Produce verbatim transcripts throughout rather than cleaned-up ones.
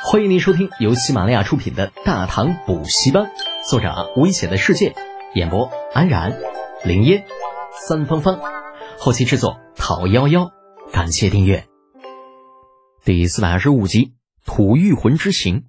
欢迎您收听由喜马拉雅出品的《大唐补习班》，作者危险的世界，演播安然、林烟、三芳芳，后期制作陶幺幺。感谢订阅。第四百二十五集吐玉魂之行。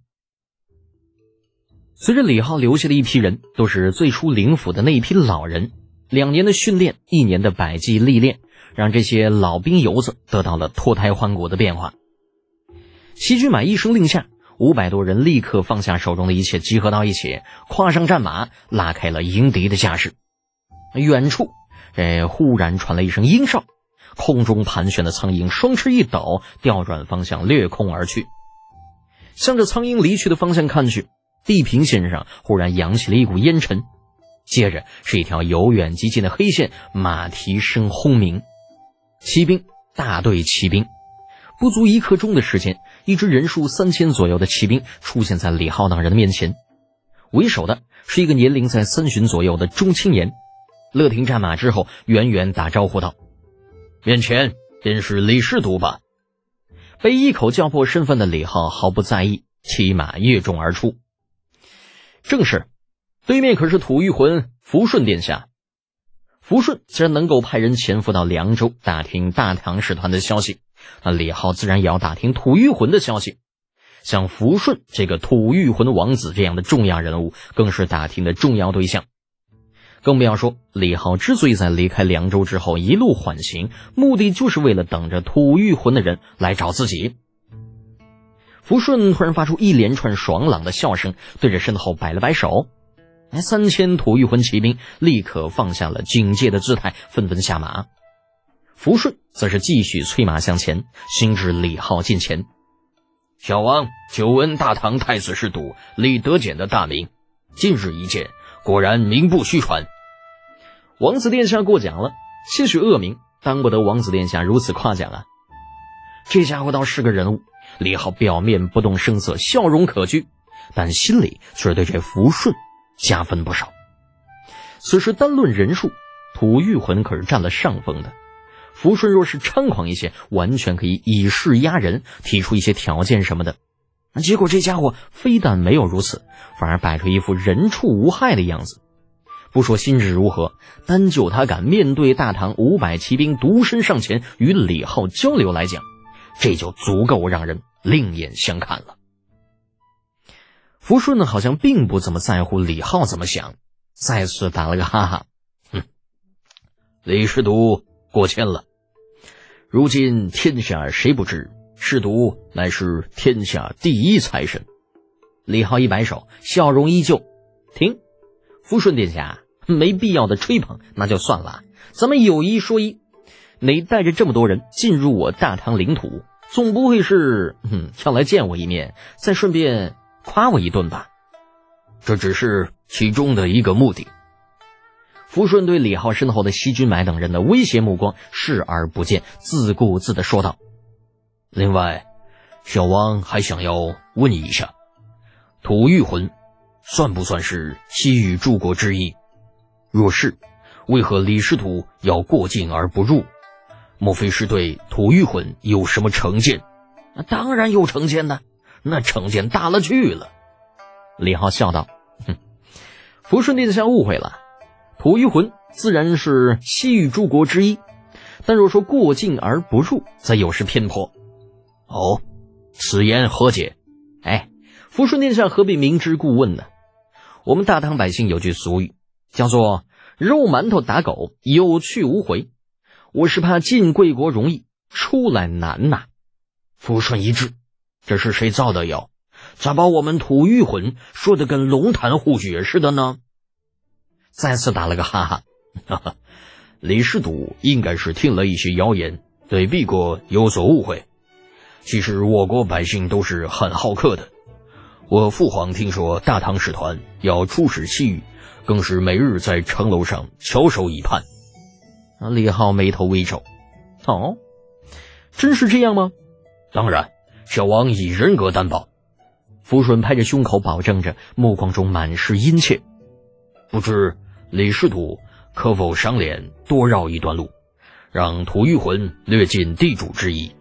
随着李浩留下的一批人，都是最初灵府的那一批老人，两年的训练，一年的百计历练，让这些老兵油子得到了脱胎换骨的变化。西军买一声令下，五百多人立刻放下手中的一切，集合到一起，跨上战马，拉开了迎敌的架势。远处哎，忽然传来一声鹰哨，空中盘旋的苍鹰双翅一抖，调转方向掠空而去。向着苍鹰离去的方向看去，地平线上忽然扬起了一股烟尘，接着是一条由远及近的黑线，马蹄声轰鸣。骑兵，大队骑兵，不足一刻钟的时间，一支人数三千左右的骑兵出现在李浩等人的面前。为首的是一个年龄在三旬左右的中青年，勒停战马之后，远远打招呼道：“面前便是李师督吧？”被一口叫破身份的李浩毫不在意，骑马跃众而出。正是，对面可是吐玉魂福顺殿下。福顺自然能够派人潜伏到凉州打听大唐使团的消息，那李浩自然也要打听吐玉魂的消息。像福顺这个吐玉魂王子这样的重要人物，更是打听的重要对象。更不要说李浩之所以在离开凉州之后一路缓行，目的就是为了等着吐玉魂的人来找自己。福顺突然发出一连串爽朗的笑声，对着身后摆了摆手。三千吐玉魂骑兵立刻放下了警戒的姿态，纷纷下马。福顺则是继续催马向前，行至李浩近前。小王久闻大唐太子侍读李德简的大名，今日一见，果然名不虚传。王子殿下过奖了，些许恶名当不得王子殿下如此夸奖啊。这家伙倒是个人物。李浩表面不动声色，笑容可掬，但心里却是对这福顺加分不少。此时单论人数，吐玉魂可是占了上风的。福顺若是猖狂一些，完全可以以势压人，提出一些条件什么的。结果这家伙非但没有如此，反而摆出一副人畜无害的样子。不说心智如何，单就他敢面对大唐五百骑兵独身上前与李浩交流来讲，这就足够让人另眼相看了。福顺呢，好像并不怎么在乎李浩怎么想，再次打了个哈哈，哼，李师督过谦了。如今天下谁不知，师督乃是天下第一财神。李浩一摆手，笑容依旧。停，福顺殿下，没必要的吹捧那就算了，咱们有一说一，你带着这么多人进入我大唐领土，总不会是嗯要来见我一面，再顺便夸我一顿吧？这只是其中的一个目的。福顺对李浩身后的西军买等人的威胁目光视而不见，自顾自地说道：“另外，小王还想要问你一下，吐玉魂算不算是西域诸国之一？若是，为何李师徒要过境而不入？莫非是对吐玉魂有什么成见？”当然有成见呢，那成见大了去了。李浩笑道：“哼，福顺殿下误会了，吐玉魂自然是西域诸国之一，但若说过境而不入，则有失偏颇。”哦，此言何解？哎，福顺殿下何必明知故问呢？我们大唐百姓有句俗语，叫做肉馒头打狗，有去无回。我是怕进贵国容易，出来难呐。福顺一滞，这是谁造的谣？咋把我们吐玉魂说得跟龙潭虎穴似的呢？再次打了个哈哈，哈哈，李师督应该是听了一些谣言，对敝国有所误会。其实我国百姓都是很好客的，我父皇听说大唐使团要出使西域，更是每日在城楼上翘首以盼。李浩眉头微皱，哦，真是这样吗？当然，小王以人格担保。福顺拍着胸口保证着，目光中满是殷切。不知李师徒可否赏脸多绕一段路，让吐玉魂略尽地主之谊，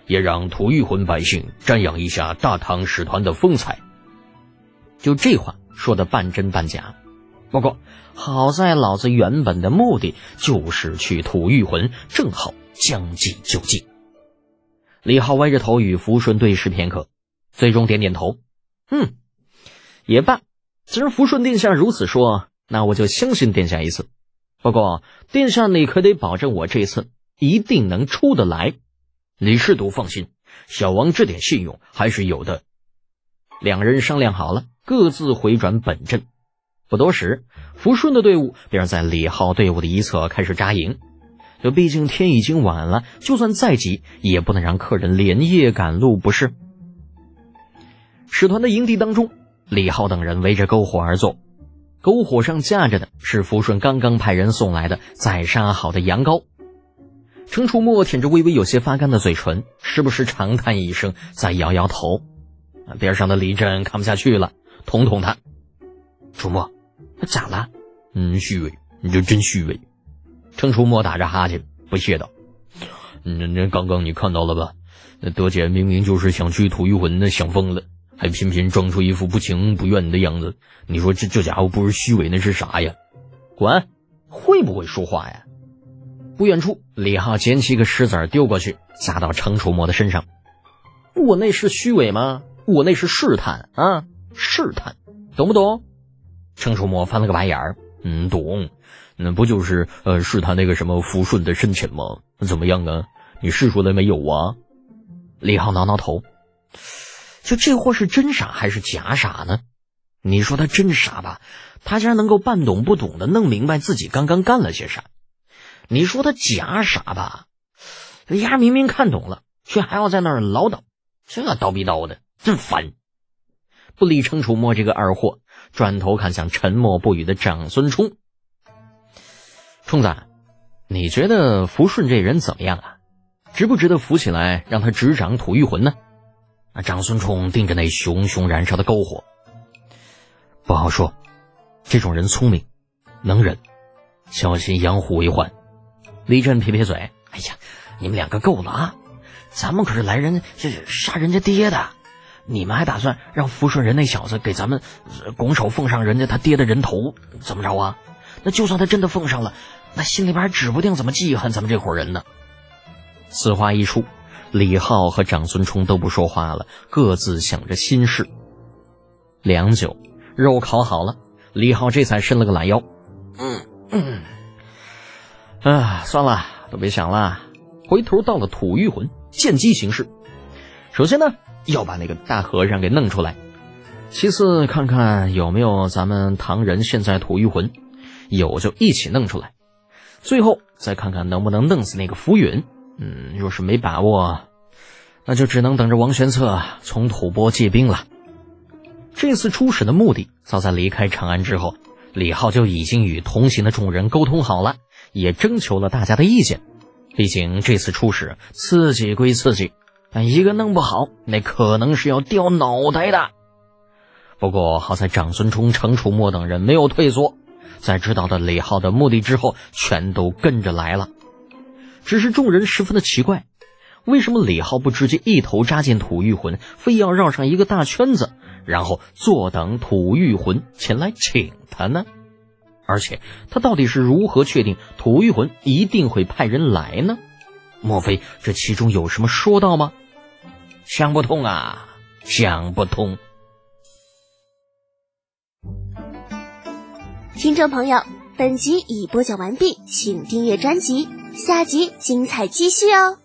也让吐谷浑百姓瞻仰一下大唐使团的风采。就这话说的半真半假，不过好在老子原本的目的就是去吐谷浑，正好将计就计。李浩歪着头与福顺对视片刻，最终点点头，嗯，也罢，既然福顺殿下如此说，那我就相信殿下一次。不过殿下你可得保证我这次一定能出得来。李侍读放心，小王这点信用还是有的。两人商量好了，各自回转本阵。不多时，福顺的队伍便在李浩队伍的一侧开始扎营。这毕竟天已经晚了，就算再急也不能让客人连夜赶路，不是？使团的营地当中，李浩等人围着篝火而坐，篝火上架着的是福顺刚刚派人送来的宰杀好的羊羔。程楚墨舔着微微有些发干的嘴唇，时不时长叹一声，再摇摇头。边上的李振看不下去了，捅捅他：楚墨，咋了？嗯，虚伪，你就真虚伪。程楚墨打着哈欠，不屑道：嗯，那刚刚你看到了吧？那德简明明就是想去吐谷浑的，想疯了，还偏偏装出一副不情不愿的样子。你说这这家伙不是虚伪那是啥呀？滚！会不会说话呀？不远处，李浩捡起一个石子丢过去，砸到程楚墨的身上。我那是虚伪吗？我那是试探啊，试探，懂不懂？程楚墨翻了个白眼儿，嗯，懂。那不就是呃试探那个什么福顺的深浅吗？怎么样啊？你试出来没有啊？李浩挠挠头，就这货是真傻还是假傻呢？你说他真傻吧，他竟然能够半懂不懂的弄明白自己刚刚干了些啥。你说他假傻吧，人家明明看懂了，却还要在那儿唠叨，这叨逼叨的真烦。不理程楚墨这个二货，转头看向沉默不语的长孙冲。冲子，你觉得福顺这人怎么样啊？值不值得扶起来让他执掌吐谷浑呢？啊，长孙冲盯着那熊熊燃烧的篝火。不好说，这种人聪明能忍，小心养虎为患。李振撇撇嘴，哎呀，你们两个够了啊！咱们可是来人这杀人家爹的，你们还打算让福顺人那小子给咱们拱手奉上人家他爹的人头，怎么着啊？那就算他真的奉上了，那心里边指不定怎么记恨咱们这伙人呢。此话一出，李浩和长孙冲都不说话了，各自想着心事。良久，肉烤好了，李浩这才伸了个懒腰。嗯嗯，啊，算了，都别想了。回头到了吐谷浑，见机行事。首先呢，要把那个大和尚给弄出来；其次，看看有没有咱们唐人现在吐谷浑，有就一起弄出来；最后再看看能不能弄死那个浮云。嗯，若是没把握，那就只能等着王玄策从吐蕃借兵了。这次出使的目的，早在离开长安之后，李浩就已经与同行的众人沟通好了，也征求了大家的意见。毕竟这次出使刺激归刺激，但一个弄不好，那可能是要掉脑袋的。不过好在长孙冲、程楚墨等人没有退缩，在知道了李浩的目的之后，全都跟着来了。只是众人十分的奇怪，为什么李浩不直接一头扎进吐谷浑，非要绕上一个大圈子，然后坐等吐谷浑前来请他呢？而且他到底是如何确定吐谷浑一定会派人来呢？莫非这其中有什么说道吗？想不通啊，想不通。 听众朋友，本集已播讲完毕，请订阅专辑，下集精彩继续哦。